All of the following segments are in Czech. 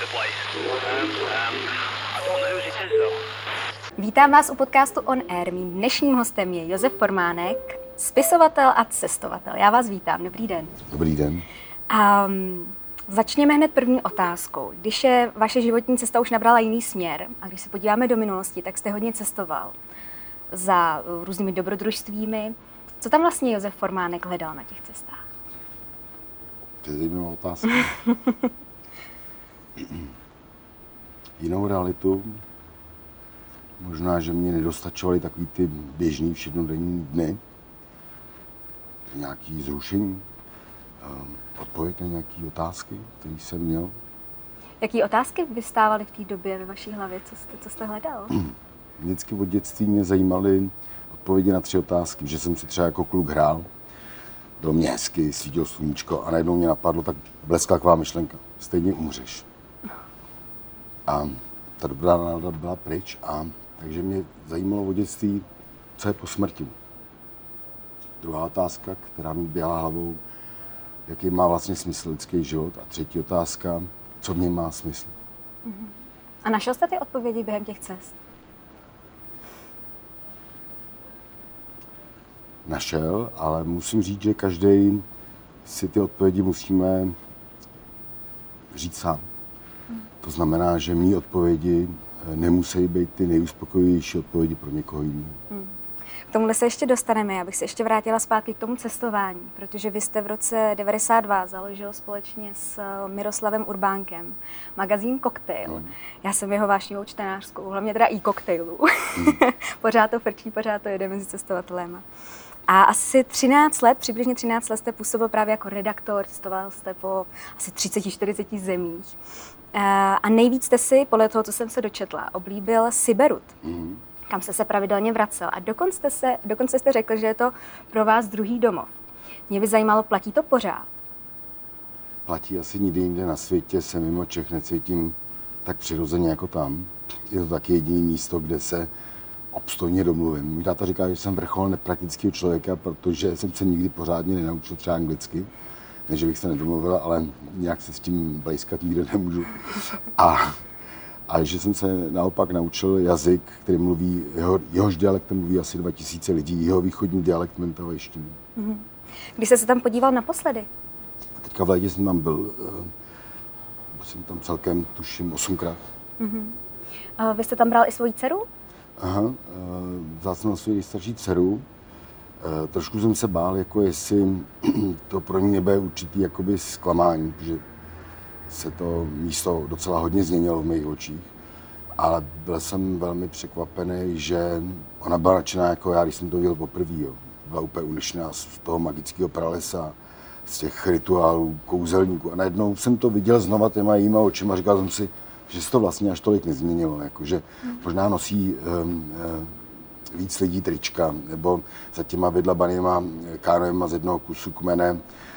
Vítám vás u podcastu On Air. Mým dnešním hostem je Josef Formánek, spisovatel a cestovatel. Já vás vítám. Dobrý den. Dobrý den. Začněme hned první otázkou. Když je vaše životní cesta už nabrala jiný směr a když se podíváme do minulosti, tak jste hodně cestoval za různými dobrodružstvími. Co tam vlastně Josef Formánek hledal na těch cestách? To je zajímavá otázka. Jinou realitu. Možná, že mě nedostačovaly takový ty běžný všednodenní dny. Nějaký zrušení. Odpověď na nějaké otázky, které jsem měl. Jaký otázky vystávaly v té době ve vaší hlavě? Co jste hledal? Vždycky od dětství mě zajímaly odpovědi na 3 otázky. Že jsem si třeba jako kluk hrál, bylo mě hezky, svítilo sluníčko a najednou mě napadlo, tak bleskla taková myšlenka. Stejně umřeš. A ta dobrá nálada byla pryč, takže mě zajímalo od dětství, co je po smrti. Druhá otázka, která mi běhala hlavou, jaký má vlastně smysl lidský život. A třetí otázka, co v něm má smysl. A našel jste ty odpovědi během těch cest? Našel, ale musím říct, že každý si ty odpovědi musíme říct sám. To znamená, že mý odpovědi nemusí být ty nejuspokojivější odpovědi pro někoho jiného. K tomuhle se ještě dostaneme. Já bych se ještě vrátila zpátky k tomu cestování, protože vy jste v roce 1992 založil společně s Miroslavem Urbánkem magazín Cocktail. Já jsem jeho vášnivou čtenářskou, hlavně teda i koktejlů. Pořád to frčí, pořád to jede mezi cestovatelema. A asi 13 let, přibližně 13 let jste působil právě jako redaktor, cestoval jste po asi 30-40 zemích. A nejvíc jste si, podle toho, co jsem se dočetla, oblíbil Siberut, kam jste se pravidelně vracel. A dokonce jste řekl, že je to pro vás druhý domov. Mě by zajímalo, platí to pořád? Platí asi nikdy jinde na světě, se mimo Čech necítím tak přirozeně jako tam. Je to taky jediné místo, kde se obstojně domluvím. Můj táta říká, že jsem vrchol nepraktického člověka, protože jsem se nikdy pořádně nenaučil třeba anglicky. Ne, že bych se nedomluvil, ale nějak se s tím blejskat nikde nemůžu. A že jsem se naopak naučil jazyk, který mluví, jehož dialektem mluví asi 2000 lidí, jeho východní dialekt mentavejštiny. Když jste se tam podíval naposledy? A teďka v létě jsem tam byl jsem tam celkem, tuším, 8krát. A vy jste tam bral i svoji dceru? Aha, vzal jsem na svou nejstarší dceru. Trošku jsem se bál, jako jestli to pro ní nebude určitý jakoby zklamání, protože se to místo docela hodně změnilo v mých očích. Ale byl jsem velmi překvapený, že ona byla nadšená jako já, když jsem to viděl poprvé. Byla úplně unešená z toho magického pralesa, z těch rituálů, kouzelníků. A najednou jsem to viděl znova těma jejíma očima a říkal jsem si, že se to vlastně až tolik nezměnilo. Jako, že možná nosí víc lidí trička, nebo za těma vydlabanýma kánoema z jednoho kusu kmene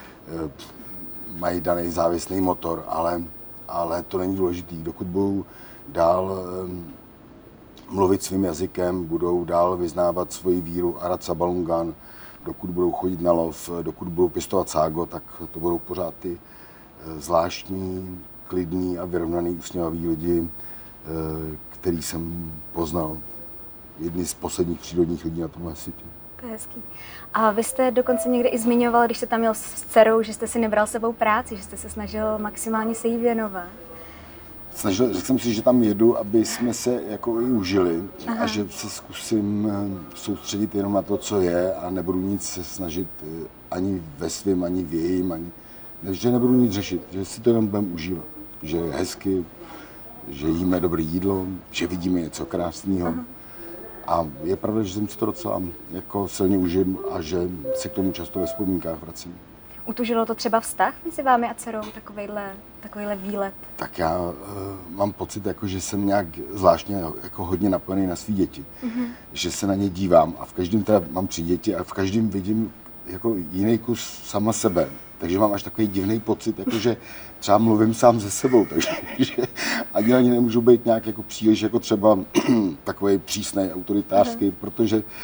mají daný závislý motor, ale to není důležitý. Dokud budou dál mluvit svým jazykem, budou dál vyznávat svoji víru Arad Sabalungan, dokud budou chodit na lov, dokud budou pěstovat ságo, tak to budou pořád ty zvláštní, klidní a vyrovnaný usměvaví lidi, který jsem poznal. Jedni z posledních přírodních lidí na tomhle světě. To je hezký. A vy jste dokonce někdy i zmiňoval, když jste tam jel s dcerou, že jste si nebral sebou práci, že jste se snažil maximálně se jí věnovat. Řekl jsem si, že tam jedu, aby jsme se jako i užili. A že se zkusím soustředit jenom na to, co je a nebudu nic se snažit ani ve svém, ani v jejím, že nebudu nic řešit, že si to jenom budeme užívat. Že je hezky, že jíme dobré jídlo, že vidíme něco krásného. A je pravda, že jsem si to docela jako silně užil a že se k tomu často ve vzpomínkách vracím. Utužilo to třeba vztah mezi vámi a dcerou, takovejhle výlet? Tak já mám pocit, jako, že jsem nějak zvláštně jako hodně napojený na svý děti. Že se na ně dívám a v každém teda mám 3 děti a v každém vidím jako jiný kus sama sebe. Takže mám až takový divný pocit, jako, že třeba mluvím sám se sebou, takže ani nemůžu být nějak jako příliš jako třeba takový přísnej, autoritářský, protože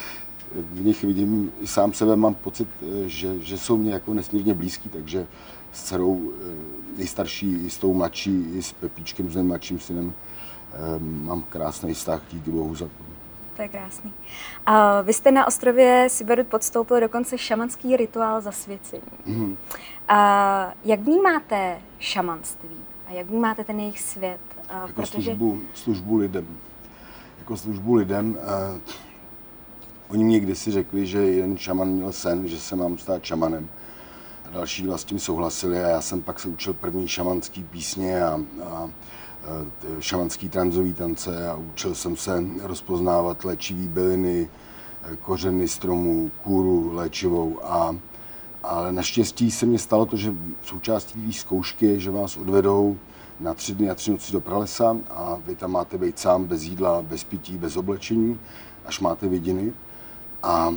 v nich vidím i sám sebe, mám pocit, že jsou mě jako nesmírně blízký, takže s dcerou nejstarší, i s tou mladší, i s Pepíčkem, s mladším synem, mám krásný vztah, díky bohu za to. To je krásný. A vy jste na ostrově Siberut podstoupil dokonce šamanský rituál zasvěcení. A jak vnímáte šamanství a jak vnímáte ten jejich svět? Jako službu lidem. Jako službu lidem. Oni mě kdysi řekli, že jeden šaman měl sen, že se mám stát šamanem. A další dva s tím souhlasili a já jsem pak se učil první šamanský písně a šamanský tranzový tance a učil jsem se rozpoznávat léčivý byliny, kořeny stromů, kůru léčivou. Ale naštěstí se mně stalo to, že součástí té zkoušky je, že vás odvedou na 3 dny a 3 noci do pralesa a vy tam máte být sám bez jídla, bez pití, bez oblečení, až máte vidiny. A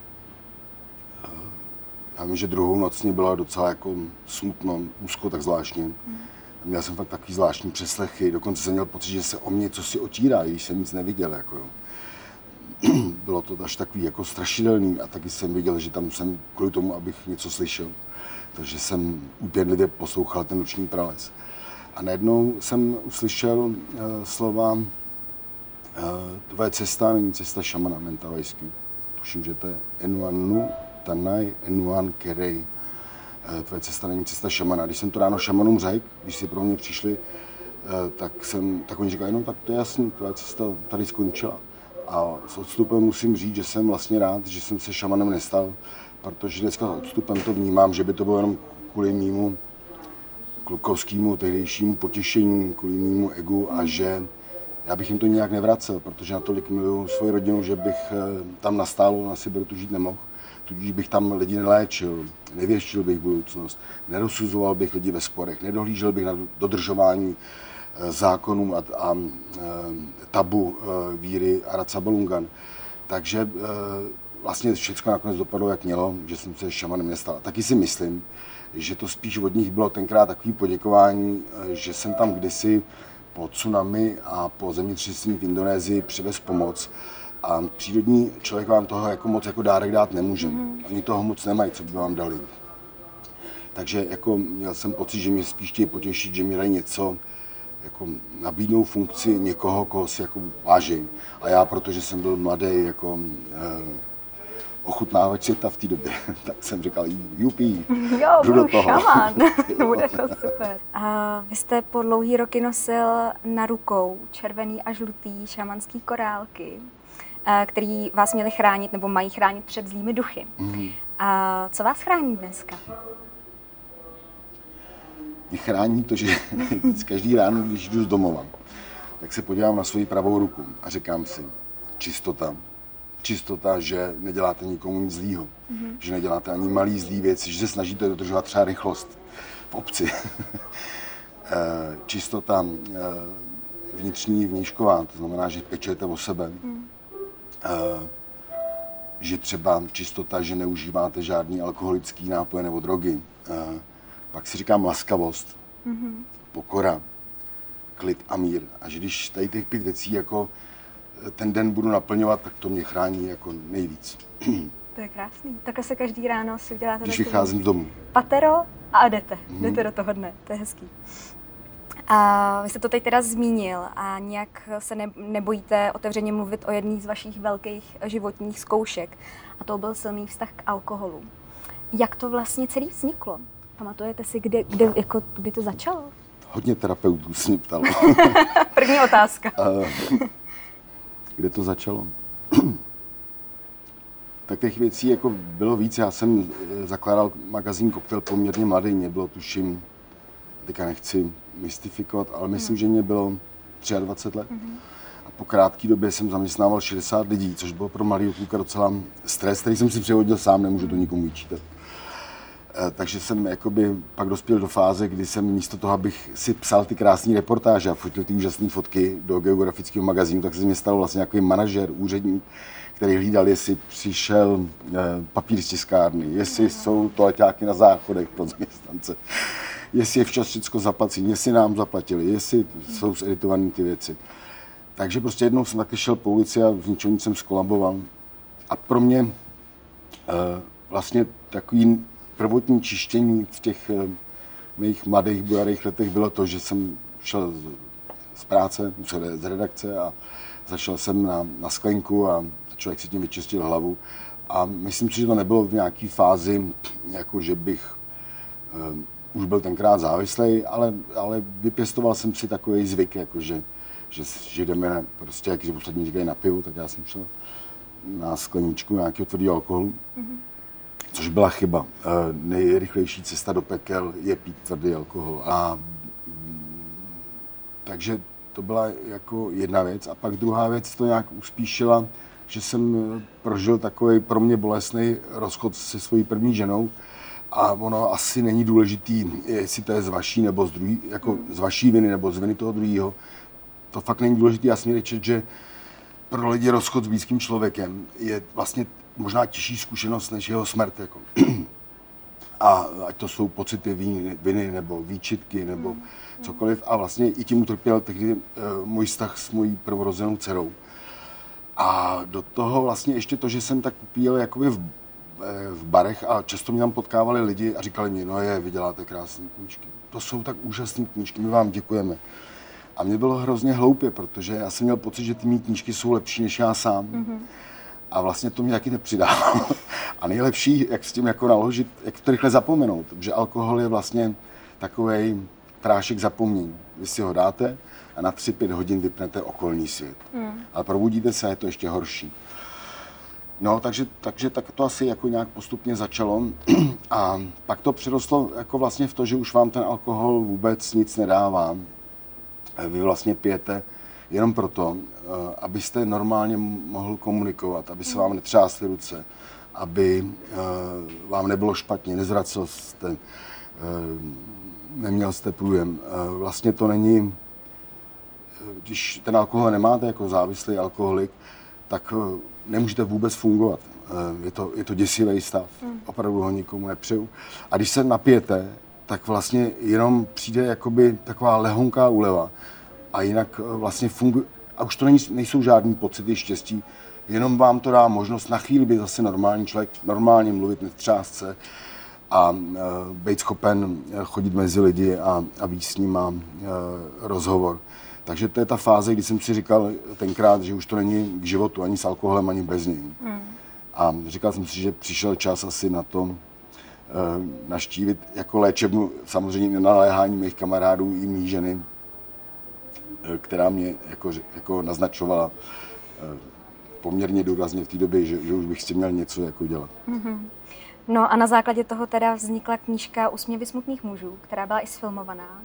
já vím, že druhou noc mě byla docela jako smutno, úzko, tak zvláštně. Měl jsem fakt takový zvláštní přeslechy, dokonce jsem měl pocit, že se o mě cosi otírá, když jsem nic neviděl. Jako jo. Bylo to až takový jako strašidelný a taky jsem viděl, že tam jsem kvůli tomu, abych něco slyšel. Takže jsem úpěnlivě poslouchal ten noční prales. A najednou jsem uslyšel slova tvoje cesta není cesta šamana mentavajsky. Tuším, že to je Enuanu Tanai Enuan Kerej. Tvoje cesta není cesta šamana. Když jsem to ráno šamanům řekl, když si pro mě přišli, tak oni říkali, no tak to je jasný, tvoje cesta tady skončila. A s odstupem musím říct, že jsem vlastně rád, že jsem se šamanem nestal, protože dneska s odstupem to vnímám, že by to bylo jenom kvůli mému klukovskému tehdejšímu potěšení, kvůli mému egu a že já bych jim to nějak nevracel, protože natolik miluju svoji rodinu, že bych tam nastálo na Siberutu žít nemohl. Tudíž bych tam lidi neléčil, nevěštil bych budoucnost, nerozsuzoval bych lidi ve sporech, nedohlížel bych na dodržování zákonů a tabu víry Arat Sabalungan. Takže vlastně všechno nakonec dopadlo, jak mělo, že jsem se šamanem nestal. A taky si myslím, že to spíš od nich bylo tenkrát takové poděkování, že jsem tam kdysi po tsunami a po zemětřesení v Indonésii přivez pomoc. A přírodní člověk vám toho jako moc jako dárek dát nemůže. Oni toho moc nemají, co by vám dali. Takže jako měl jsem pocit, že mě spíš chtějí potěšit, že mi dají něco, jako nabídnou funkci někoho, koho si jako váží. A já, protože jsem byl mladý, jako ochutnávač světa v té době, tak jsem říkal, jupí, jdu do toho. Šaman, bude to super. A vy jste po dlouhý roky nosil na rukou červený a žlutý šamanský korálky, který vás měli chránit nebo mají chránit před zlými duchy. A co vás chrání dneska? Mě chrání to, že každý ráno, když jdu z domova, tak se podívám na svoji pravou ruku a říkám si, čistota. Čistota, že neděláte nikomu nic zlýho, že neděláte ani malý zlý věci, že se snažíte dodržovat třeba rychlost v obci. Čistota vnitřní, vnějšková, to znamená, že pečujete o sebe. Že třeba čistota, že neužíváte žádný alkoholický nápoje nebo drogy. Pak si říkám laskavost, pokora, klid a mír. A že když tady těch 5 věcí jako ten den budu naplňovat, tak to mě chrání jako nejvíc. To je krásný. Tak se každý ráno si uděláte když vycházím z domu. Patero a jdete. Jdete do toho dne. To je hezký. A vy jste to teď teda zmínil a nějak se nebojíte otevřeně mluvit o jedné z vašich velkých životních zkoušek. A to byl silný vztah k alkoholu. Jak to vlastně celý vzniklo? Pamatujete si, kdy to začalo? Hodně terapeutů se mě ptalo. První otázka. Kde to začalo? Tak těch věcí jako bylo víc. Já jsem zakládal magazín Koktel poměrně mladý. Mě bylo, tuším, teďka nechci mystifikovat, ale myslím, že mě bylo 23 let. A po krátké době jsem zaměstnával 60 lidí, což bylo pro mladého kluka docela stres, který jsem si převodil sám, nemůžu to nikomu vyčítat. Takže jsem jakoby pak dospěl do fáze, kdy jsem místo toho, abych si psal ty krásné reportáže a fotil ty úžasné fotky do geografického magazínu, tak se z mě stal vlastně nějaký manažer, úředník, který hlídal, jestli přišel papír z tiskárny, jestli jsou toaleťáky na záchodech pro zaměstnance, jestli je včas všechno zaplacení, jestli nám zaplatili, jestli jsou zeditované ty věci. Takže prostě jednou jsem taky šel po ulici a v ničem jsem skolaboval. A pro mě vlastně takový prvotní čištění v těch mých mladých bujarých letech bylo to, že jsem šel z práce, z redakce a zašel jsem na sklenku a člověk si tím vyčistil hlavu. A myslím si, že to nebylo v nějaké fázi, jako že bych už byl tenkrát závislý, ale vypěstoval jsem si takový zvyk, jako že jdeme prostě, jak ostatní říkají, na pivu, tak já jsem šel na skleničku nějakého tvrdého alkoholu, což byla chyba. Nejrychlejší cesta do pekel je pít tvrdý alkohol. Takže to byla jako jedna věc. A pak druhá věc to nějak uspíšila, že jsem prožil takový pro mě bolestný rozchod se svojí první ženou. A ono asi není důležitý, jestli to je z vaší nebo z druhé, jako z vaší viny nebo z viny toho druhého. To fakt není důležitý. Já jsem řečet, že pro lidi rozchod s blízkým člověkem je vlastně možná těžší zkušenost než jeho smrt. Jako. A ať to jsou pocity viny nebo výčitky nebo cokoliv. A vlastně i tím utrpěl tehdy můj vztah s mojí prvorozenou dcerou. A do toho vlastně ještě to, že jsem tak popíjel jakoby v barech a často mě tam potkávali lidi a říkali mi, vy děláte krásné knížky. To jsou tak úžasné knížky, my vám děkujeme. A mě bylo hrozně hloupě, protože já jsem měl pocit, že ty mý knížky jsou lepší než já sám. Mm-hmm. A vlastně to mě taky nepřidávalo. A nejlepší, jak s tím jako naložit, jak to rychle zapomenout. Protože alkohol je vlastně takovej prášek zapomnění. Vy si ho dáte a na 3-5 hodin vypnete okolní svět. Ale probudíte se a je to ještě horší. No, takže tak to asi jako nějak postupně začalo a pak to přerostlo jako vlastně v to, že už vám ten alkohol vůbec nic nedává. Vy vlastně pijete jenom proto, abyste normálně mohl komunikovat, aby se vám netřásly ruce, aby vám nebylo špatně, nezvracel jste, neměl jste průjem. Vlastně to není, když ten alkohol nemáte jako závislý alkoholik, tak nemůžete vůbec fungovat. Je to děsivý stav. Opravdu ho nikomu nepřeju. A když se napijete, tak vlastně jenom přijde jakoby taková lehonká úleva. A jinak vlastně funguje. A už to nejsou žádný pocity štěstí. Jenom vám to dá možnost na chvíli být zase normální člověk, normálně mluvit, netřást se a být schopen chodit mezi lidi a víc s nima rozhovor. Takže to je ta fáze, kdy jsem si říkal tenkrát, že už to není k životu ani s alkoholem, ani bez něj. A říkal jsem si, že přišel čas asi na to navštívit jako léčebnu, samozřejmě na naléhání mých kamarádů i mý ženy, která mě jako naznačovala poměrně důrazně v té době, že už bych s tím měl něco jako dělat. No a na základě toho teda vznikla knížka Úsměvy smutných mužů, která byla i sfilmovaná.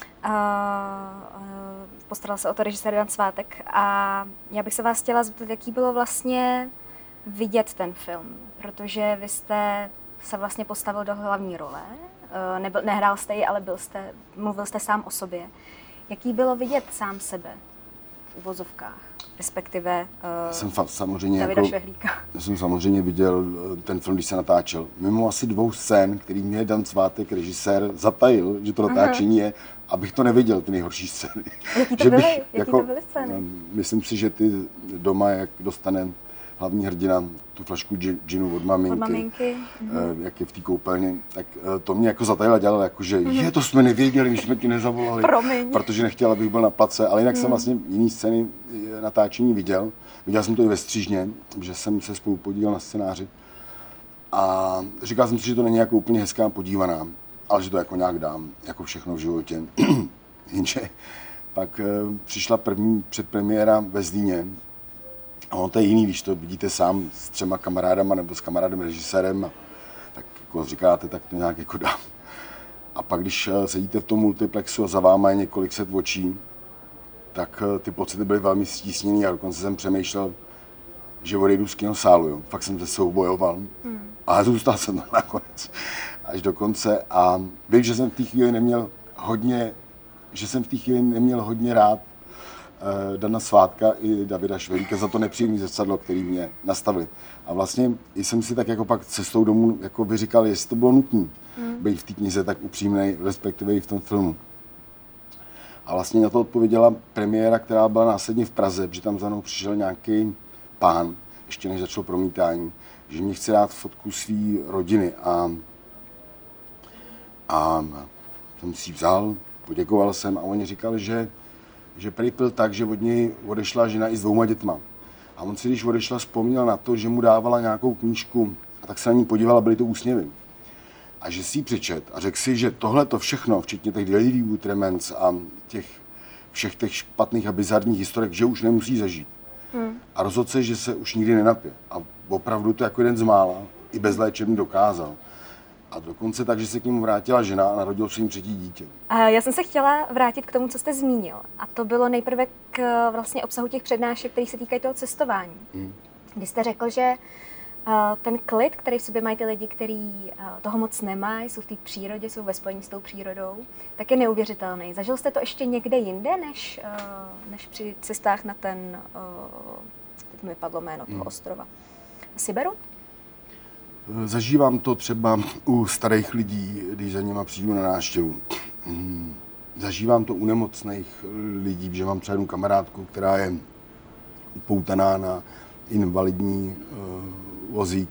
Postaral se o to režisér Dan Svátek a já bych se vás chtěla zeptat, jaký bylo vlastně vidět ten film, protože vy jste se vlastně postavil do hlavní role, nehrál jste ji, ale mluvil jste sám o sobě. Jaký bylo vidět sám sebe v uvozovkách, respektive Davida Švehlíka? Já jsem samozřejmě viděl ten film, když se natáčel. Mimo asi 2 scén, který mě Dan Svátek, režisér, zatajil, že to natáčení je, abych to neviděl, ty nejhorší scény. Jaký to byly? Jaký to byly scény? Myslím si, že ty doma, jak dostane hlavní hrdina tu flašku džinu od maminky. Jak je v té koupelně, tak to mě jako zatajila, dělala jako, že to jsme nevěděli, když jsme ti nezavolali. Promiň. Protože nechtěla, abych byl na place, ale jinak jsem vlastně jiný scény natáčení viděl. Viděl jsem to i ve Střížně, že jsem se spolu podílel na scénáři. A říkal jsem si, že to není jako úplně hezká podívaná, ale že to jako nějak dám, jako všechno v životě. Jenže pak přišla první předpremiéra ve Zlíně. A ono to je jiný, když to vidíte sám s 3 kamarádama nebo s kamarádem režisérem, a tak jako říkáte, tak to nějak jako dám. A pak, když sedíte v tom multiplexu a za váma je několik set očí, tak ty pocity byly velmi stísněný a dokonce jsem přemýšlel, že odejdu z kinosálu. Jo. Fakt jsem se soubojoval. A zůstal jsem tam nakonec až do konce. A vím, že jsem v té chvíli neměl hodně rád Dana Svátka i Davida Švehlíka za to nepříjemné zrcadlo, který mě nastavili. A vlastně jsem si tak jako pak cestou domů jako by říkal, jestli to bylo nutné být v té knize tak upřímnej, respektive i v tom filmu. A vlastně na to odpověděla premiéra, která byla následně v Praze, protože tam za mnou přišel nějaký pán, ještě než začalo promítání, že mi chce dát fotku své rodiny a jsem si ji vzal, poděkoval jsem a oni říkali, že prý pil tak, že od něj odešla žena i s 2 dětma. A on si, když odešla, vzpomněl na to, že mu dávala nějakou knížku a tak se na ní podíval a byly to úsměvy. A že si ji přečet a řekl si, že tohle to všechno, včetně těch deliriů tremens a všech těch špatných a bizarních historek, že už nemusí zažít. A rozhodl se, že se už nikdy nenapije. A opravdu to jako jeden z mála, i bez léčebny dokázal. A dokonce tak, že se k němu vrátila žena a narodil se jim 3. dítě. Já jsem se chtěla vrátit k tomu, co jste zmínil. A to bylo nejprve k vlastně obsahu těch přednášek, které se týkají toho cestování. Kdy jste řekl, že ten klid, který v sobě mají ty lidi, kteří toho moc nemají, jsou v té přírodě, jsou ve spojení s tou přírodou, tak je neuvěřitelný. Zažil jste to ještě někde jinde, než při cestách na ten, teď mi padlo jméno toho ostrova, Siberu? Zažívám to třeba u starých lidí, když za nima přijdu na návštěvu. Zažívám to u nemocných lidí, že mám třeba jednu kamarádku, která je upoutaná na invalidní vozík.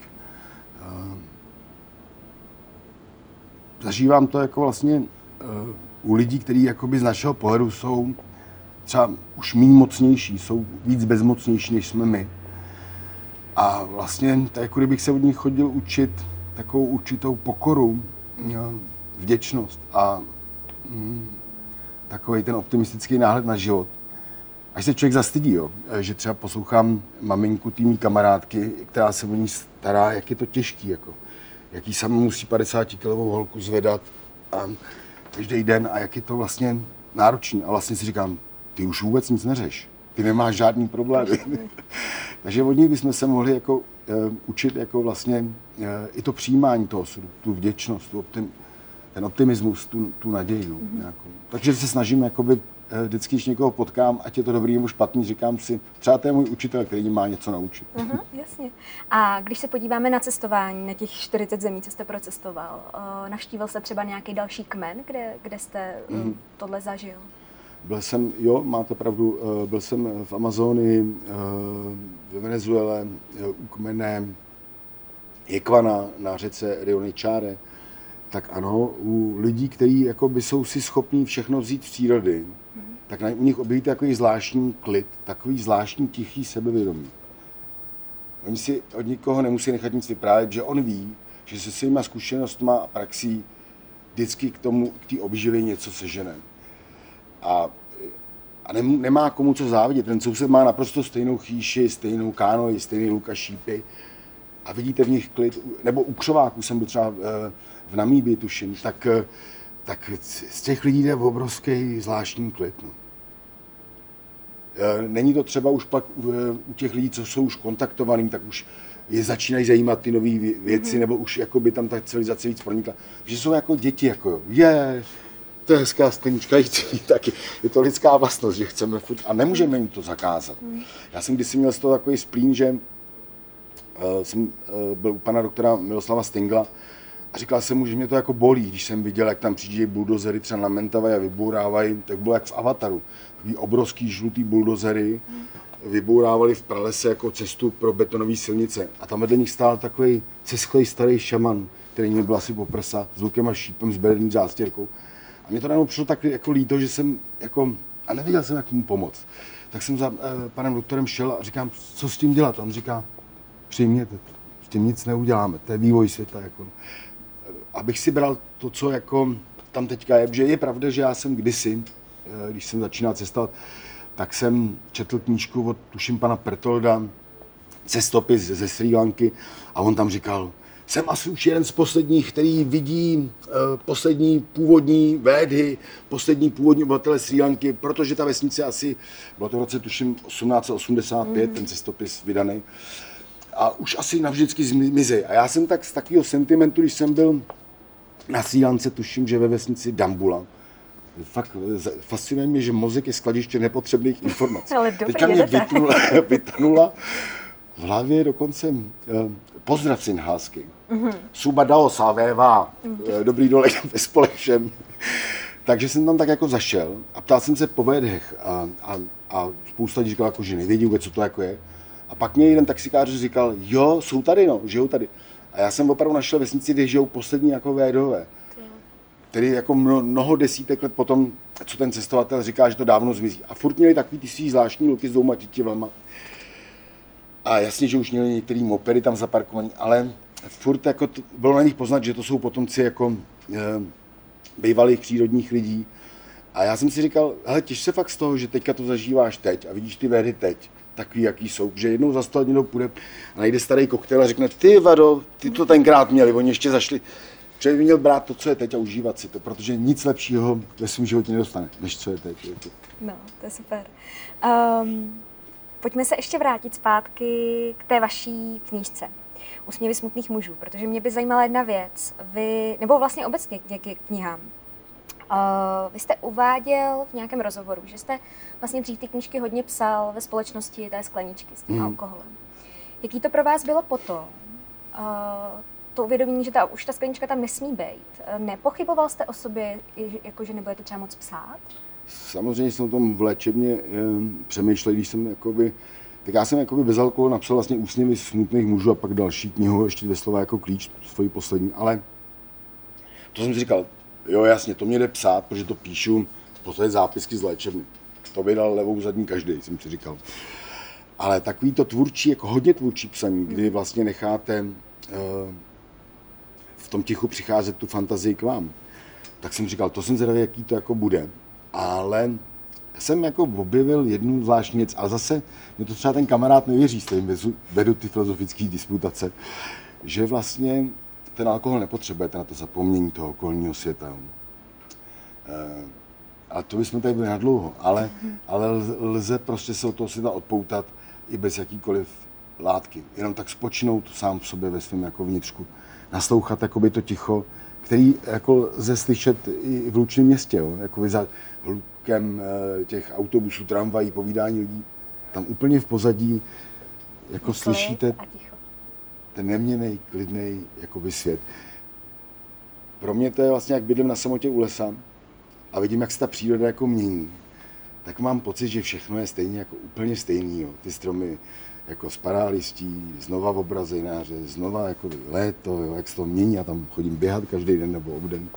Zažívám to jako vlastně u lidí, kteří jakoby z našeho pohledu jsou třeba už méně mocnější, jsou víc bezmocnější, než jsme my. A vlastně, tak jako kdybych se od nich chodil učit takovou určitou pokoru, vděčnost a takový ten optimistický náhled na život. Až se člověk zastydí, jo, že třeba poslouchám maminku tými kamarádky, která se o ní stará, jak je to těžký, jako, jak jí sama musí 50kilovou holku zvedat a každý den a jak je to vlastně náročný. A vlastně si říkám, ty už vůbec nic neřeš, ty nemáš žádný problémy. Takže od nich bychom se mohli jako, učit jako vlastně i to přijímání toho osudu, tu vděčnost, ten optimismus, tu naději. Nějakou. Takže se snažím jakoby, vždycky, když někoho potkám, ať je to dobrý nebo špatný, říkám si, třeba to je můj učitel, který mě má něco naučit. Jasně. A když se podíváme na cestování, na těch 40 zemí, co jste procestoval, navštívil jste třeba nějaký další kmen, kde jste tohle zažil? Byl jsem, jo, máte pravdu, byl jsem v Amazonii, ve Venezuele, u kmene Jekvana na řece Rio Nechare. Tak ano, u lidí, kteří jakoby jsou si schopní všechno vzít v přírody, tak u nich objevíte takový zvláštní klid, takový zvláštní tichý sebevědomí. Oni si od nikoho nemusí nechat nic vyprávět, že on ví, že se svýma zkušenostma a praxí vždycky k té obživě něco sežene. A nemá komu co závidět. Ten soused má naprosto stejnou chýši, stejnou kánoi, stejný luk a šípy. A vidíte v nich klid. Nebo u křováků jsem byl třeba v Namíbii, tuším. Tak z těch lidí jde obrovský zvláštní klid. No. Není to třeba už pak u těch lidí, co jsou už kontaktovaný, tak už je začínají zajímat ty nové věci, nebo už jakoby tam ta civilizace víc pronikla. Že jsou jako děti, jako to je hezká sklenička, taky. Je to lidská vlastnost, že chceme furt a nemůžeme jim to zakázat. Já jsem kdysi měl z toho takový splín, že jsem byl u pana doktora Miloslava Stingla a říkal jsem mu, že mě to jako bolí, když jsem viděl, jak tam přijíždějí buldozery třeba na Mentavě a vybourávají, tak bylo jak v Avataru. Takový obrovský žlutý buldozery vybourávali v pralese jako cestu pro betonové silnice. A tam vedle nich stál takový ceschlej starý šaman, který mi byl asi po prsa, s lukem a šípem, s berední zástěrkou. A mě to najednou přišlo tak jako líto, že jsem jako, a nevěděl jsem, jak mu pomoct. Tak jsem za panem doktorem šel a říkám, co s tím dělat? A on říká, přijměte to, s tím nic neuděláme, to je vývoj světa. Jako. Abych si bral to, co jako tam teďka je, že je pravda, že já jsem kdysi, když jsem začínal cestovat, tak jsem četl knížku od, tuším, pana Pertolda, Cestopis ze Srí Lanky a on tam říkal, jsem asi už jeden z posledních, který vidí poslední původní védy, poslední původní obyvatele Srí Lanky, protože ta vesnice asi, bylo to v roce tuším 1885, ten cestopis vydaný, a už asi navždycky zmizej. A já jsem tak z takového sentimentu, když jsem byl na Srí Lance, tuším, že ve vesnici Dambula. Fakt fascinuje mě, že mozek je skladiště nepotřebných informací. Teďka mě vytnula v hlavě dokonce pozdrav sinhalský. Suba dao sávévá, dobrý dole ve spolek všem. Takže jsem tam tak jako zašel a ptal jsem se po védech a spousta lidí říkala, jako, že nevědí vůbec, co to jako je. A pak mě jeden taxikář říkal, jo, jsou tady, no, žijou tady. A já jsem opravdu našel vesnici, kde žijou poslední jako védové. Tedy jako mnoho desítek let potom, co ten cestovatel říká, že to dávno zmizí. A furt měli takový ty svý zvláštní luky s 2 tětivama. A jasně, že už měli některý mopedy tam zaparkovaný, ale furt jako bylo na nich poznat, že to jsou potomci jako bývalých přírodních lidí. A já jsem si říkal, hele, těž se fakt z toho, že teďka to zažíváš teď a vidíš ty védy teď, takový, jaký jsou, že jednou za 100 let někdo půjde a najde starý koktejl a řekne, ty vado, ty to tenkrát měli, oni ještě zašli. Člověk by měl brát to, co je teď a užívat si to, protože nic lepšího ve svém životě nedostane, než co je teď. No, to je super. Pojďme se ještě vrátit zpátky k té vaší knížce. Úsměvy smutných mužů, protože mě by zajímala jedna věc. Vy, nebo vlastně obecně k knihám. Vy jste uváděl v nějakém rozhovoru, že jste vlastně dřív ty knížky hodně psal ve společnosti té skleničky s tím alkoholem. Jaký to pro vás bylo potom? To uvědomění, že už ta sklenička tam nesmí být. Nepochyboval jste o sobě, jako, že nebudete třeba moc psát? Samozřejmě jsem o tom v léčebně přemýšlel, když jsem jakoby, tak já jsem jakoby bez alkoholu napsal vlastně Úsměvy smutných mužů a pak další knihu, ještě 2 slova jako klíč, svoji poslední, ale to jsem si říkal, jo jasně, to mě jde psát, protože to píšu, to je zápisky z léčebny. To by dal levou zadní každý, jsem si říkal. Ale takový to tvůrčí, jako hodně tvůrčí psaní, kdy vlastně necháte v tom tichu přicházet tu fantazii k vám. Tak jsem říkal, to jsem zvědavý, jaký to jako bude. Ale jsem jako objevil jednu zvláštní věc, ale zase mě to třeba ten kamarád nevěří, s kterým vedu ty filozofické disputace, že vlastně ten alkohol nepotřebujete na to zapomnění toho okolního světa. A to bychom tady byli nadlouho, ale lze prostě se od toho světa odpoutat i bez jakýkoliv látky. Jenom tak spočinout sám v sobě ve svém jako vnitřku. Naslouchat jakoby to ticho, který jako lze slyšet i v hlučném městě, jo? Jakoby za hlukem těch autobusů, tramvají, povídání lidí. Tam úplně v pozadí jako slyšíte ten neměnný, klidný jakoby svět. Pro mě to je vlastně, jak bydlím na samotě u lesa a vidím, jak se ta příroda jako mění. Tak mám pocit, že všechno je stejně, jako úplně stejný. Jo. Ty stromy jako spadá listí, znova v obrazenáře, znova jako léto, jo, jak se to mění, já tam chodím běhat každý den nebo obden.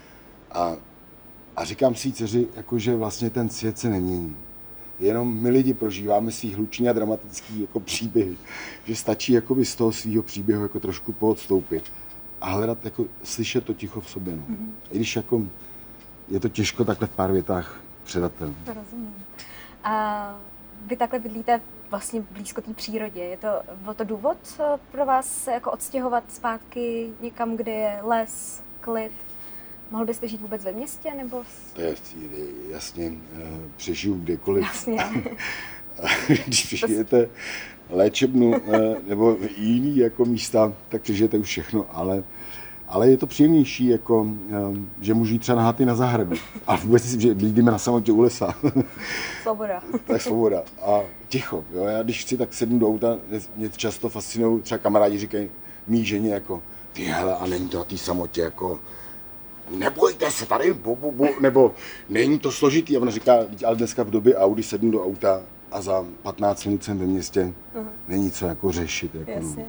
A říkám svý dceři, jako, že vlastně ten svět se nemění. Jenom my lidi prožíváme svý hlučný a dramatický jako příběhy, že stačí jakoby z toho svýho příběhu jako trošku poodstoupit a hledat, jako slyšet to ticho v sobě. No. I když jako je to těžko takhle v pár větách předatelné. To rozumím. A vy takhle bydlíte vlastně blízko té přírodě. Byl to důvod pro vás se jako odstěhovat zpátky někam, kde je les, klid? Mohl byste žít vůbec ve městě, nebo? To je jasně, přežiju kdekoliv. Jasně. Když přežijete léčebnu nebo jiný jako místa, tak přežijete už všechno, ale je to příjemnější, jako, že můžu jít třeba na háty na zahradu. A vůbec si, že bydlíme na samotě u lesa. Svoboda. Tak svoboda. A ticho. Jo? Já když chci, tak sednu do auta, mě často fascinují, třeba kamarádi říkají mý ženě jako, ty hele, a není to na té samotě, jako, nebojte se tady, nebo není to složitý. A ona říká, ale dneska v době Audi sednu do auta a za 15 minut jsem ve městě, není co jako řešit. Jako, jasně.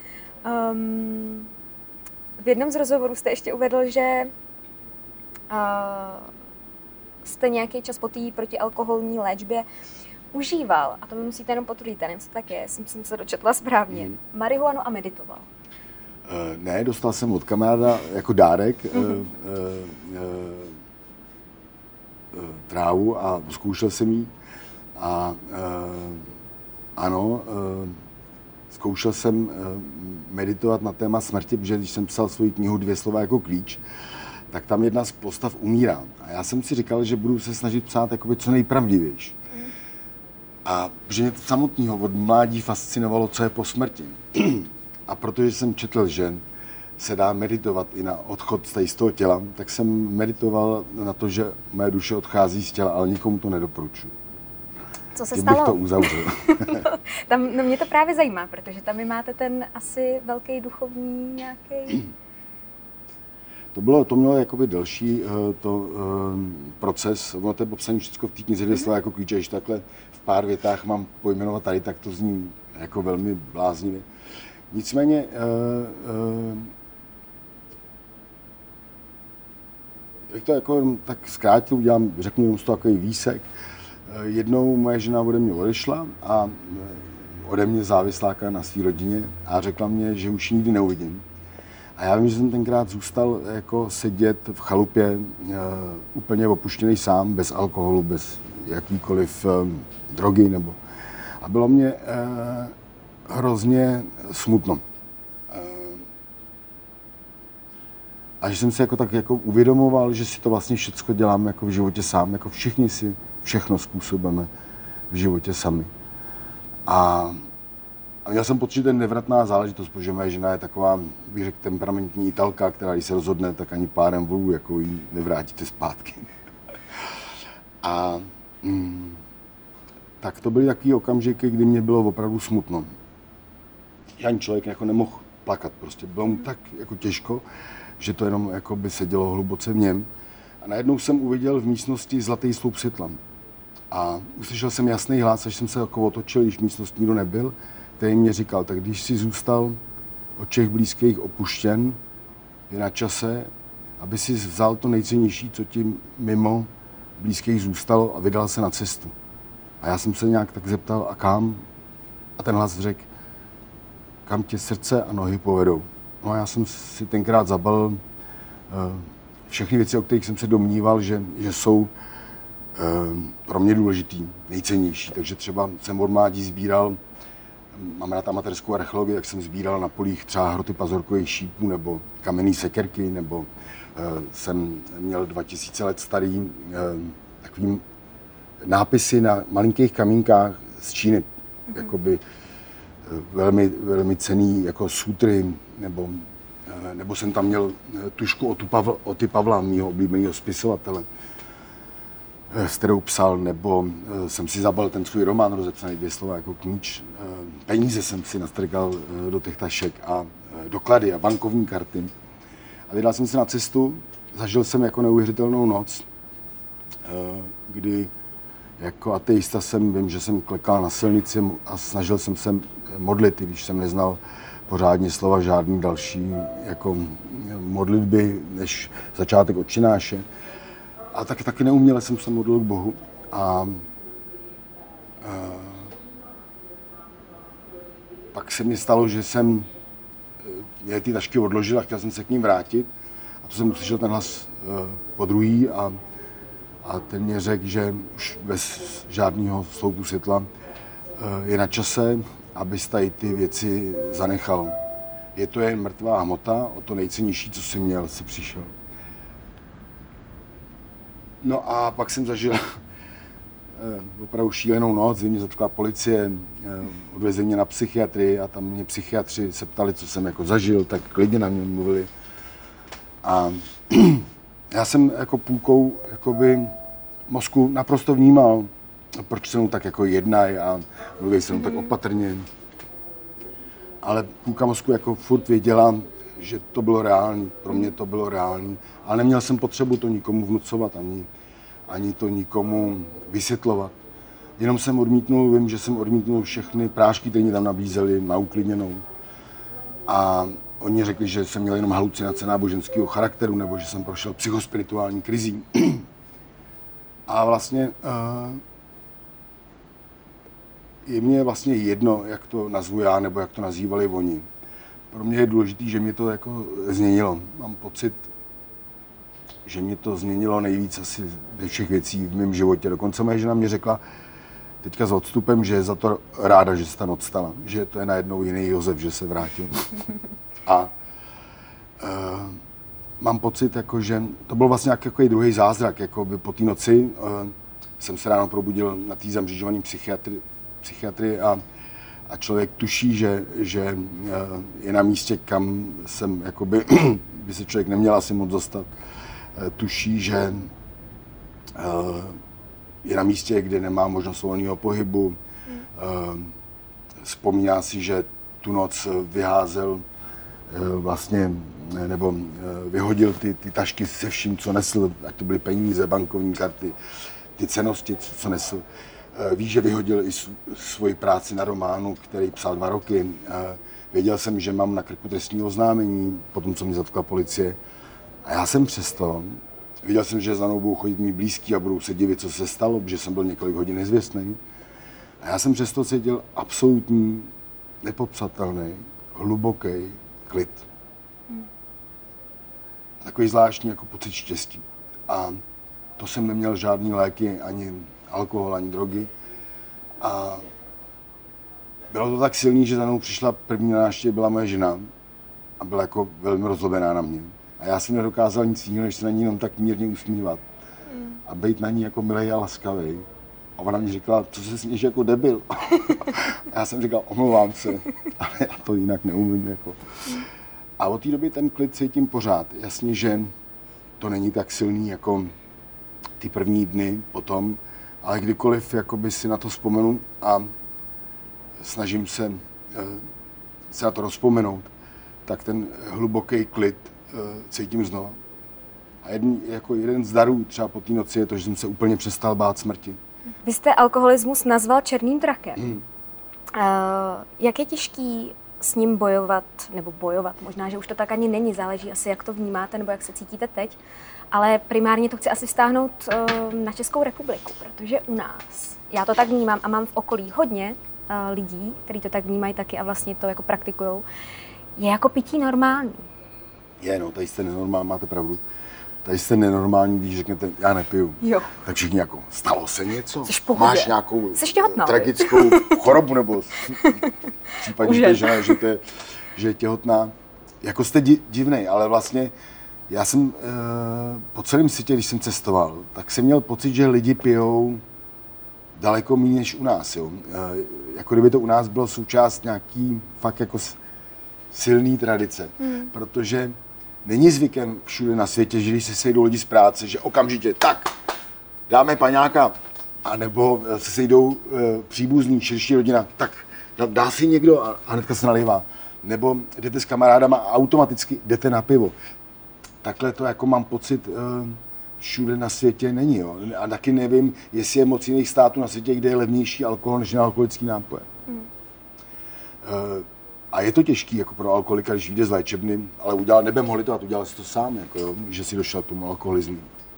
V jednom z rozhovorů jste ještě uvedl, že jste nějaký čas po té protialkoholní léčbě užíval, a to mi musíte jenom potvrdit, nevím, co tak je, jsem se dočetla správně, marihuanu a meditoval. Ne, dostal jsem od kamaráda jako dárek trávu a zkoušel jsem ji. A ano, zkoušel jsem meditovat na téma smrti, protože když jsem psal svoji knihu 2 slova jako klíč, tak tam jedna z postav umírá. A já jsem si říkal, že budu se snažit psát jakoby co nejpravdivější. A protože mě samotného od mládí fascinovalo, co je po smrti. A protože jsem četl, že se dá meditovat i na odchod z toho těla, tak jsem meditoval na to, že moje duše odchází z těla, ale nikomu to nedoporučuji. Co se tím stalo? Bych to uzavřel. No mě to právě zajímá, protože tam vy máte ten asi velký duchovní nějaký. To mělo jakoby delší proces, ono to je popsané všechno v té knize 2 slova jako klíče, když takhle v pár větách mám pojmenovat tady, tak to zní jako velmi bláznivě. Nicméně jak to jako tak zkrátil, udělám, řeknu jenom z toho takový výsek. Jednou moje žena ode mě odešla a ode mě závisláka na své rodině a řekla mě, že už ji nikdy neuvidím. A já vím, že jsem tenkrát zůstal jako sedět v chalupě úplně opuštěný sám, bez alkoholu, bez jakýkoliv drogy nebo. A bylo mě hrozně smutno. A že jsem si jako tak jako uvědomoval, že si to vlastně všechno dělám jako v životě sám, jako všichni si všechno způsobíme v životě sami. A měl jsem pocit, že to je nevratná záležitost, protože moje žena je taková, bych řekl, temperamentní Italka, která když se rozhodne, tak ani párem volů jako ji nevrátíte zpátky. A tak to byly takový okamžiky, kdy mě bylo opravdu smutno. Ani člověk jako nemohl plakat, prostě bylo mu tak jako těžko, že to jenom jako by sedělo hluboce v něm. A najednou jsem uviděl v místnosti zlatý sloup světla. A uslyšel jsem jasný hlas, až jsem se jako otočil, když v místnosti nikdo nebyl, který mě říkal, tak když jsi zůstal od všech blízkých opuštěn, je na čase, aby si vzal to nejcennější, co ti mimo blízkých zůstalo a vydal se na cestu. A já jsem se nějak tak zeptal, a kam? A ten hlas řekl, kam tě srdce a nohy povedou. No a já jsem si tenkrát zabalil všechny věci, o kterých jsem se domníval, že jsou pro mě důležitý, nejcennější. Takže třeba jsem od mládí sbíral, mám rád amatérskou archeologii, tak jsem sbíral na polích třeba hroty pazorkových šípů nebo kamenné sekerky, nebo jsem měl 2000 let starý takový nápisy na malinkých kamínkách z Číny, jakoby velmi, velmi cenný jako sutry, nebo jsem tam měl tušku Oty Pavla, mýho oblíbeného spisovatele, s kterou psal, nebo jsem si zabal ten svůj román rozepsaný 2 slova jako kníč. Peníze jsem si nastrkal do těch tašek a doklady a bankovní karty. A vydal jsem se na cestu, zažil jsem jako neuvěřitelnou noc, kdy jako ateista vím, že jsem klekal na silnici a snažil jsem se modlit, když jsem neznal pořádně slova žádný další jako modlitby, než začátek Otčenáše. A taky neuměle jsem se modlil k Bohu. A pak se mi stalo, že jsem ty tašky odložil a chtěl jsem se k ním vrátit. A to jsem uslyšel ten hlas podruhý a ten mě řekl, že už bez žádného sloupu světla je na čase, abys tady ty věci zanechal. Je to jen mrtvá hmota, o to nejcennější, co jsi měl, si přišel. No a pak jsem zažil opravdu šílenou noc, kdy mě zatkla policie, odvezli mě na psychiatrii a tam mě psychiatři se ptali, co jsem jako zažil, tak klidně na mě mluvili. A já jsem jako půlkou jakoby mozku naprosto vnímal, proč se mnou tak jako jednají a mluví se mnou tak opatrně. Ale půlka mozku jako furt věděla, že to bylo reálný, pro mě to bylo reálný, ale neměl jsem potřebu to nikomu vnucovat, ani to nikomu vysvětlovat. Jenom jsem odmítnul, vím, že jsem odmítnul všechny prášky, které mě tam nabízeli na uklidněnou. A oni řekli, že jsem měl jenom halucinace náboženského charakteru, nebo že jsem prošel psychospirituální krizí. A vlastně je mně vlastně jedno, jak to nazvu já, nebo jak to nazývali oni. Pro mě je důležité, že mě to jako změnilo. Mám pocit, že mě to změnilo nejvíc asi ze všech věcí v mém životě. Dokonce moje žena mě řekla teďka s odstupem, že je za to ráda, že se tam odstala. Že to je najednou jiný Josef, že se vrátil. A mám pocit, jako, že to byl vlastně nějaký druhý zázrak. Jako by po té noci jsem se ráno probudil na té zamřížované psychiatrii a člověk tuší, že je na místě, kam jsem, jakoby, by se člověk neměl asi moc dostat. Tuší, že je na místě, kde nemá možnost volného pohybu. Vzpomíná si, že tu noc vyházel vlastně, nebo vyhodil ty tašky se vším, co nesl, ať to byly peníze, bankovní karty, ty cennosti, co nesl. Ví, že vyhodil i svoji práci na románu, který psal 2 roky. Věděl jsem, že mám na krku trestní oznámení, potom co mě zatkla policie. A já jsem přesto, viděl jsem, že za mnou budou chodit mý blízký a budou se divit, co se stalo, protože jsem byl několik hodin nezvěstný. A já jsem přesto cítil absolutní, nepopsatelný, hluboký klid. Takový zvláštní jako pocit štěstí. A to jsem neměl žádný léky, ani alkohol, ani drogy. A bylo to tak silný, že za mnou přišla první na návštěvě, byla moje žena a byla jako velmi rozlobená na mě. A já jsem nedokázal nic jiného, než se na ní jenom tak mírně usmívat. A být na ní jako milej a laskavý. A ona mi říkala, co se směš jako debil. A já jsem říkal, omlouvám se, ale já to jinak neumím. Jako. A od té doby ten klid cítím pořád. Jasně, že to není tak silný jako ty první dny potom, ale kdykoliv jakoby si na to vzpomenu a snažím se na to rozpomenout, tak ten hluboký klid cítím znova. A jeden z darů třeba po té noci je to, že jsem se úplně přestal bát smrti. Vy jste alkoholismus nazval černým drakem. Jak je těžký s ním bojovat, možná, že už to tak ani není, záleží asi, jak to vnímáte nebo jak se cítíte teď, ale primárně to chci asi vztáhnout na Českou republiku, protože u nás, já to tak vnímám a mám v okolí hodně lidí, kteří to tak vnímají taky a vlastně to jako praktikujou, je jako pití normální. Tady jste nenormální, máte pravdu. Tady jste nenormální, když řeknete, já nepiju. Jo. Tak všichni jako, stalo se něco? Máš nějakou tragickou chorobu nebo případně žena, že je těhotná. Jako jste divnej, ale vlastně já jsem po celém světě, když jsem cestoval, tak jsem měl pocit, že lidi pijou daleko méně než u nás. Jo. Jako kdyby to u nás bylo součást nějaký fakt jako silný tradice, protože není zvykem všude na světě, že když se sejdou lidi z práce, že okamžitě tak, dáme paňáka, anebo se sejdou příbuzní, širší rodina, tak dá si někdo a hnedka se nalivá. Nebo jdete s kamarádama a automaticky jdete na pivo. Takhle to jako mám pocit všude na světě není. Jo. A taky nevím, jestli je moc jiných států na světě, kde je levnější alkohol než nealkoholický nápoje. A je to těžký jako pro alkoholika, když vyjde z léčebny, ale nebem litovat, udělal si to sám, jako, jo, že si došel k tomu alkoholismu.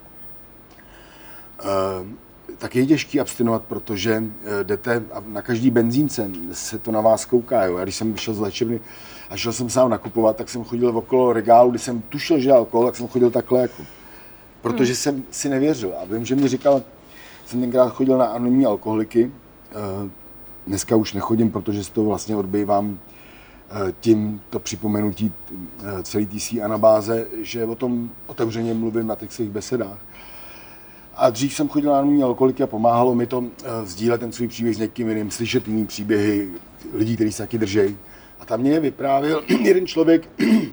Tak je těžký abstinovat, protože jdete a na každý benzínce se to na vás kouká. Jo. Já když jsem vyšel z léčebny a šel jsem sám nakupovat, tak jsem chodil okolo regálu, když jsem tušil, že je alkohol, tak jsem chodil takhle jako. Protože jsem si nevěřil. A vím, že mi říkal, jsem tenkrát chodil na anonymní alkoholiky, dneska už nechodím, protože si to vlastně odbývám tím to připomenutí celé té anabáze, že o tom otevřeně mluvím na těch svých besedách. A dřív jsem chodil na anonymní alkoholiky a pomáhalo mi to sdílet ten svůj příběh s někým jiným, slyšet jiný příběhy lidí, kteří se taky držejí. A tam mě vyprávěl jeden člověk,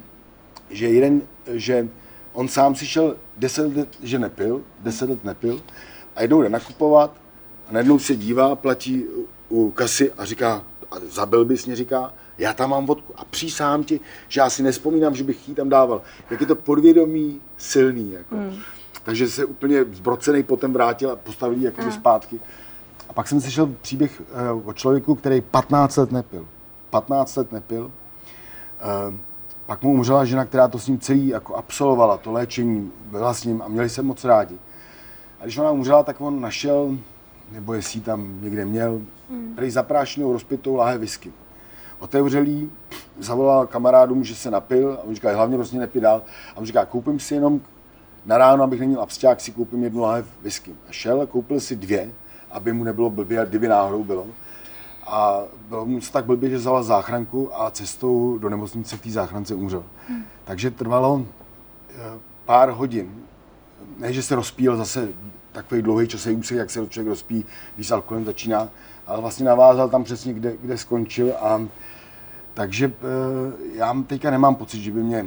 že on sám si šel 10 let nepil a jednou jde nakupovat a najednou se dívá, platí u kasy a říká, a zabil bys mě, říká, já tam mám vodku a přísahám ti, že já si nespomínám, že bych jí tam dával. Jak je to podvědomí silný. Jako. Takže se úplně zbrocený potom vrátil a postavil ji zpátky. A pak jsem slyšel příběh o člověku, který 15 let nepil. 15 let nepil. Pak mu umřela žena, která to s ním celý jako absolvovala, to léčení, byla s ním a měli se moc rádi. A když ona umřela, tak on našel, nebo jestli tam někde měl, prý zaprášenou rozpitou láhev whisky. Otevřel jí, zavolal kamarádům, že se napil a on říká, hlavně prostě nepij dál. A on říká, koupím si jenom na ráno, abych neměl absťák, si koupím 1 láhev whisky. A šel a koupil si 2, aby mu nebylo blbě, kdyby náhodou bylo. A bylo mu tak blbě, že vzal záchranku a cestou do nemocnice v té záchrance umřel. Takže trvalo pár hodin. Ne, že se rozpíl zase takový dlouhý časový úsek, jak se člověk rozpí, když s alkoholem začíná, ale vlastně navázal tam přesně, kde skončil. A takže já teďka nemám pocit,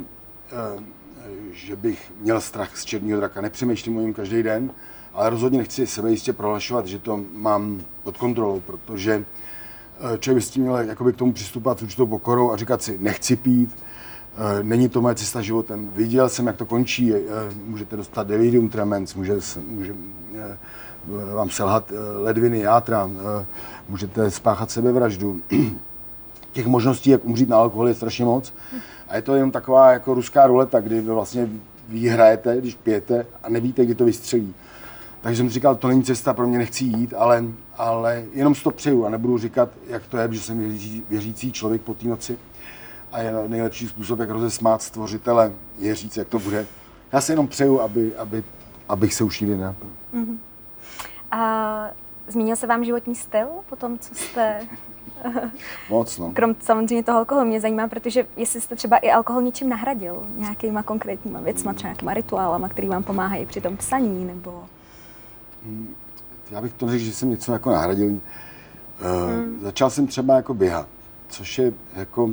že bych měl strach z černého draka. Nepřemýšlím o něm každý den, ale rozhodně nechci sebe jistě prohlašovat, že to mám pod kontrolou, protože člověk by s tím měl jakoby k tomu přistupovat s určitou pokorou a říkat si, nechci pít, není to moje cesta životem. Viděl jsem, jak to končí, můžete dostat delirium tremens, vám selhat ledviny, játra, můžete spáchat sebevraždu. Těch možností, jak umřít na alkohol, je strašně moc. A je to jenom taková jako ruská ruleta, kdy vy vlastně hrajete, když pijete a nevíte, kdy to vystřelí. Takže jsem říkal, to není cesta, pro mě nechci jít, ale jenom si to přeju a nebudu říkat, jak to je, že jsem věřící člověk po té noci. A je nejlepší způsob, jak rozesmát stvořitele, je říct, jak to bude. Já si jenom přeju, abych se už nikdy nenapadl. Mm-hmm. A zmínil se vám životní styl po tom, co jste... Moc, no. Krom samozřejmě toho alkoholu mě zajímá, protože jestli jste třeba i alkohol něčím nahradil, nějakýma konkrétníma věcma, třeba nějakýma rituálama, který vám pomáhají při tom psaní, nebo... Já bych to řekl, že jsem něco jako nahradil. Začal jsem třeba jako běhat, což je jako...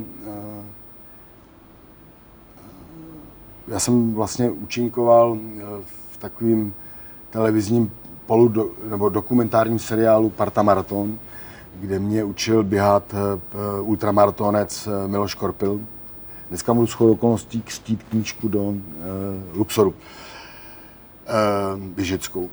Já jsem vlastně účinkoval v takovým televizním nebo dokumentárním seriálu Parta Maraton, kde mě učil běhat ultramaratonec Miloš Korpil. Dneska mu shodou okolností křtít knížku do Luxoru běžeckou.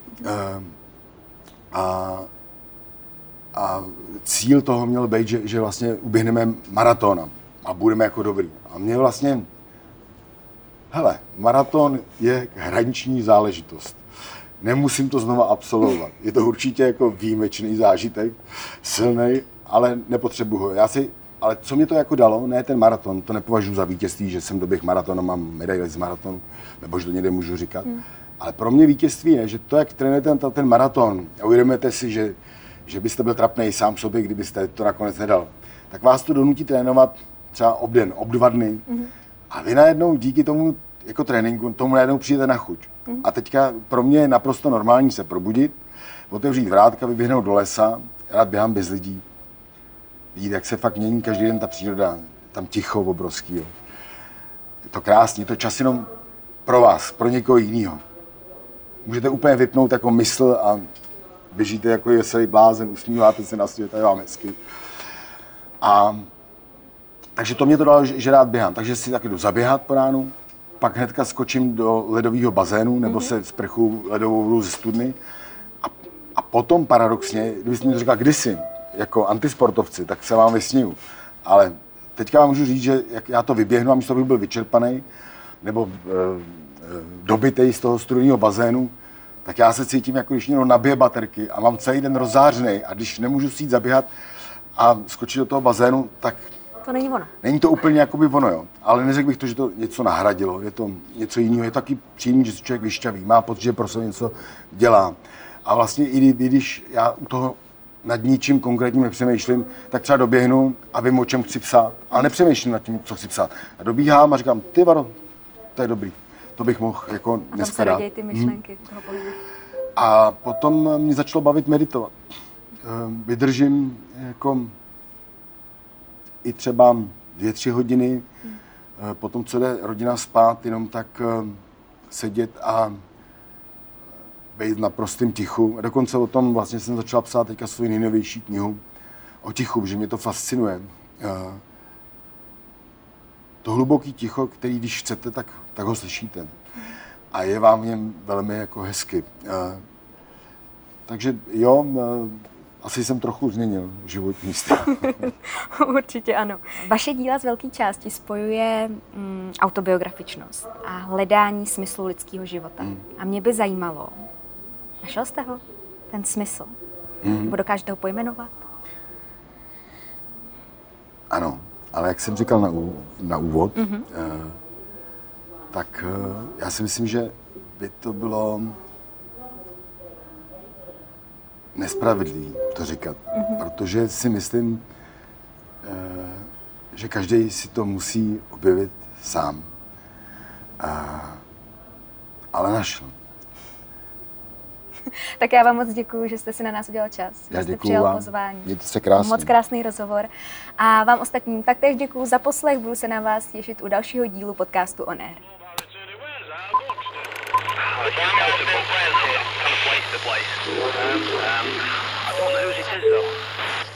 A cíl toho měl být, že vlastně uběhneme maraton a budeme jako dobrý. A mě vlastně, hele, maraton je hraniční záležitost. Nemusím to znova absolvovat. Je to určitě jako výjimečný zážitek, silnej, ale nepotřebuji ho. Ale co mě to jako dalo, ne ten maraton, to nepovažuji za vítězství, že jsem doběh maratonu, mám medaili z maratonu, nebo že to někde můžu říkat. Ale pro mě vítězství je, že to, jak trénujete ten maraton a uvědomujete si, že byste byl trapnej sám sobě, kdybyste to nakonec nedal, tak vás to donutí trénovat třeba obden, 2 dny. A vy najednou díky tomu jako tréninku, tomu najednou přijdete na chuť. A teďka pro mě je naprosto normální se probudit, otevřít vrátka, vyběhnout do lesa, rád běhám bez lidí. Vidíte, jak se fakt mění každý den ta příroda, tam ticho obrovský. Jo. Je to krásný, je to čas jenom pro vás, pro někoho jiného. Můžete úplně vypnout jako mysl a běžíte jako veselý blázen, usmíváte se na svět a je vám hezky. Takže to mě to dalo, že rád běhám. Takže si taky jdu zaběhat po ránu, pak hnedka skočím do ledového bazénu nebo se sprchu ledovou vodu ze studny. A potom paradoxně, kdybyste mi to říkal kdysi, jako antisportovci, tak se vám vysměju. Ale teďka vám můžu říct, že jak já to vyběhnu a místo bych byl vyčerpaný nebo dobitej z toho studijního bazénu, tak já se cítím, jako když někdo nabije baterky a mám celý den rozzářený a když nemůžu si jít zaběhat a skočit do toho bazénu, tak to není ono. Není to úplně jakoby ono, jo. Ale neřekl bych to, že to něco nahradilo, je to něco jiného, je taky příjemný, že se člověk vyšťaví, má pocit, že pro sebe něco dělá. A vlastně i když já u toho nad ničím konkrétním nepřemýšlím, tak třeba doběhnu a vím, o čem chci psát. Ale nepřemýšlím nad tím, co chci psát. A dobíhám a říkám, ty Varo, to je dobrý, to bych mohl jako dneska dát. A tam se rodějí ty myšlenky toho pohybu. A potom mě začalo bavit meditovat. Vydržím jako i třeba 2-3 hodiny, potom, co jde rodina spát, jenom tak sedět a být na prostém tichu. A dokonce o tom vlastně jsem začal psát teďka svoji nejnovější knihu o tichu, že mě to fascinuje. To hluboký ticho, který když chcete, tak ho slyšíte. A je vám v něm velmi jako hezky. Takže jo, asi jsem trochu změnil životní styl. Určitě ano. Vaše díla z velké části spojuje autobiografičnost a hledání smyslu lidského života. A mě by zajímalo, našel jste ho? Ten smysl? Nebo dokážete ho pojmenovat? Ano, ale jak jsem říkal na úvod, tak já si myslím, že by to bylo nespravedlivý to říkat, protože si myslím, že každý si to musí objevit sám. Ale našel. Tak já vám moc děkuju, že jste si na nás udělal čas, že jste přijal pozvání. Mějte se krásně. Moc krásný rozhovor. A vám ostatním taktéž děkuju za poslech, budu se na vás těšit u dalšího dílu podcastu On Air. I don't know whose it is though.